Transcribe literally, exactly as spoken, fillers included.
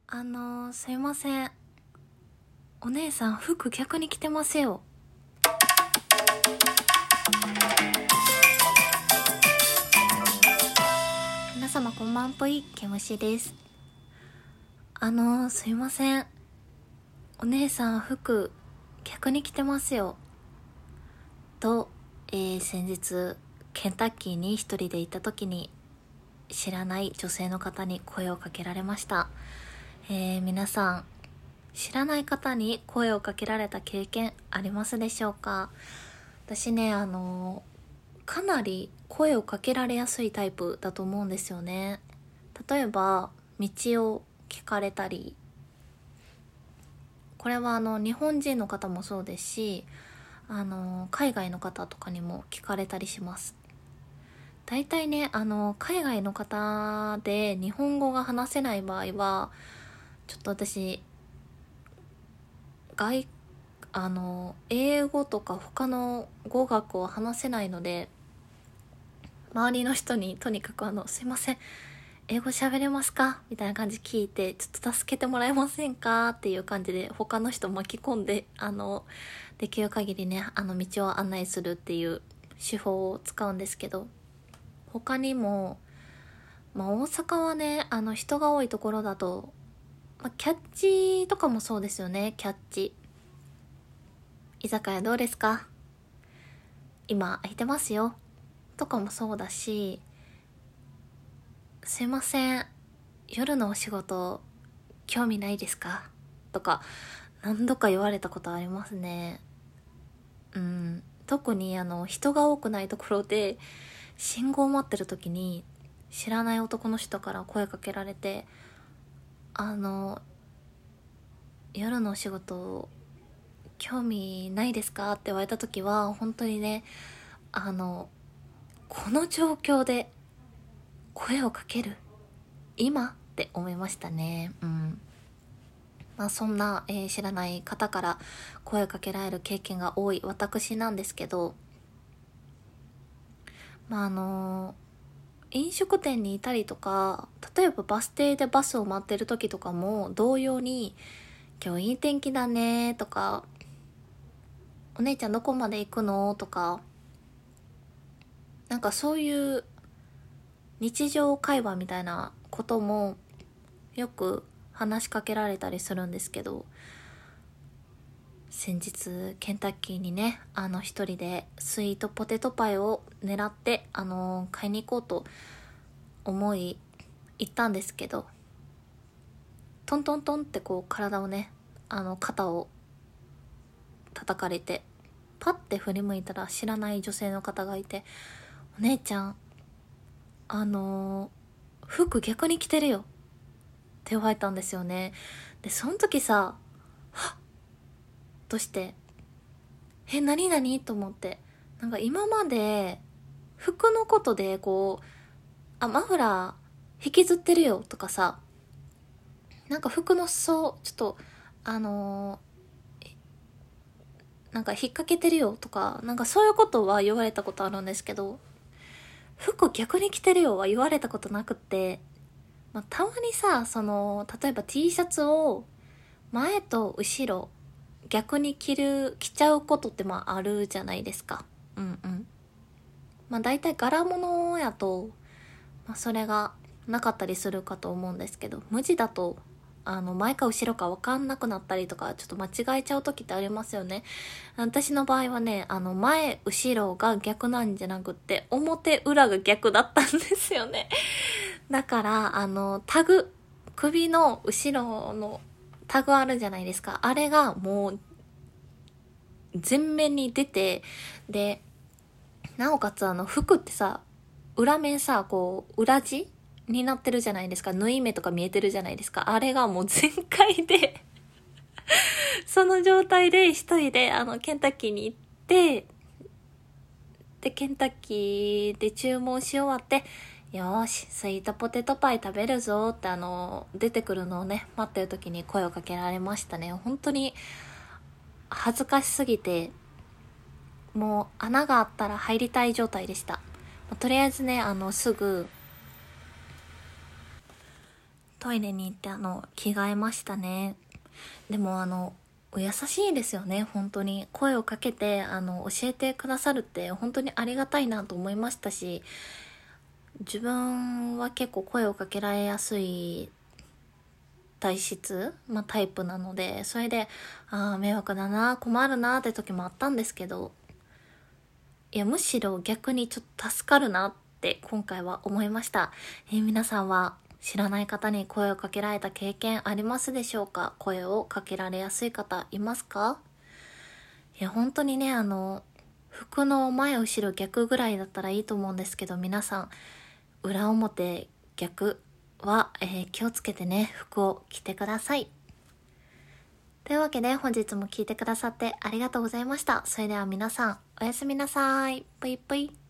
あのー、すいません。お姉さん、服逆に着てますよ。皆様こんばんぽい、ケムシです。あのー、すいません。お姉さん、服逆に着てますよ。と、えー、先日、ケンタッキーに一人で行った時に、知らない女性の方に声をかけられました。えー、皆さん、知らない方に声をかけられた経験ありますでしょうか？私ね、あのかなり声をかけられやすいタイプだと思うんですよね。例えば道を聞かれたり、これはあの日本人の方もそうですし、あの海外の方とかにも聞かれたりします。大体ね、あの海外の方で日本語が話せない場合は、ちょっと私外あの英語とか他の語学を話せないので、周りの人にとにかくあのすいません、英語喋れますかみたいな感じ聞いて、ちょっと助けてもらえませんかっていう感じで他の人巻き込んで、あのできる限りね、あの道を案内するっていう手法を使うんですけど、他にも、まあ、大阪はね、あの人が多いところだと、まあ、キャッチとかもそうですよね。キャッチ、居酒屋どうですか、今空いてますよとかもそうだし、すいません、夜のお仕事興味ないですかとか何度か言われたことありますね。うん、特にあの人が多くないところで信号を待ってる時に知らない男の人から声かけられて、あの夜のお仕事興味ないですかって言われた時は、本当にね、あのこの状況で声をかける今って思いましたね。うん。まあそんな、えー知らない方から声をかけられる経験が多い私なんですけど、まああの飲食店にいたりとか、例えばバス停でバスを待ってる時とかも同様に、今日いい天気だねとか、お姉ちゃんどこまで行くのとか、なんかそういう日常会話みたいなこともよく話しかけられたりするんですけど、先日ケンタッキーにね、あの一人でスイートポテトパイを狙ってあの買いに行こうと思い行ったんですけど、トントントンってこう体をね、あの肩を叩かれて、パッて振り向いたら知らない女性の方がいて、お姉ちゃん、あのー、服逆に着てるよって言われたんですよね。でその時さ、はっとして、え何何と思って、なんか今まで服のことでこう、あマフラー引きずってるよとかさ、なんか服の裾ちょっとあのーなんか引っ掛けてるよとか、なんかそういうことは言われたことあるんですけど、服逆に着てるよは言われたことなくって、まあ、たまにさ、その例えば T シャツを前と後ろ逆に着る着ちゃうことってまああるじゃないですか。うんうん。まあ大体柄物やと、まあ、それがなかったりするかと思うんですけど、無地だとあの前か後ろか分かんなくなったりとか、ちょっと間違えちゃう時ってありますよね。私の場合はね、あの前後ろが逆なんじゃなくって表裏が逆だったんですよね。だからあのタグ、首の後ろのタグあるじゃないですか、あれがもう全面に出て、でなおかつあの服ってさ、裏面さ、こう裏地になってるじゃないですか。縫い目とか見えてるじゃないですか。あれがもう全開でその状態で一人であのケンタッキーに行って、でケンタッキーで注文し終わって、よーしスイートポテトパイ食べるぞってあの出てくるのをね待ってる時に声をかけられましたね。本当に恥ずかしすぎて、もう穴があったら入りたい状態でした。とりあえずね、あのすぐトイレに行ってあの着替えましたね。でもあのお優しいですよね。本当に声をかけてあの教えてくださるって本当にありがたいなと思いましたし、自分は結構声をかけられやすい体質、まあ、タイプなので、それでああ迷惑だな、困るなって時もあったんですけど、いやむしろ逆にちょっと助かるなって今回は思いました。えー皆さんは知らない方に声をかけられた経験ありますでしょうか？声をかけられやすい方いますか？いや本当にね、あの服の前後ろ逆ぐらいだったらいいと思うんですけど、皆さん裏表逆は、えー気をつけてね、服を着てください。というわけで本日も聞いてくださってありがとうございました。それでは皆さんおやすみなさい。ぷいぷい。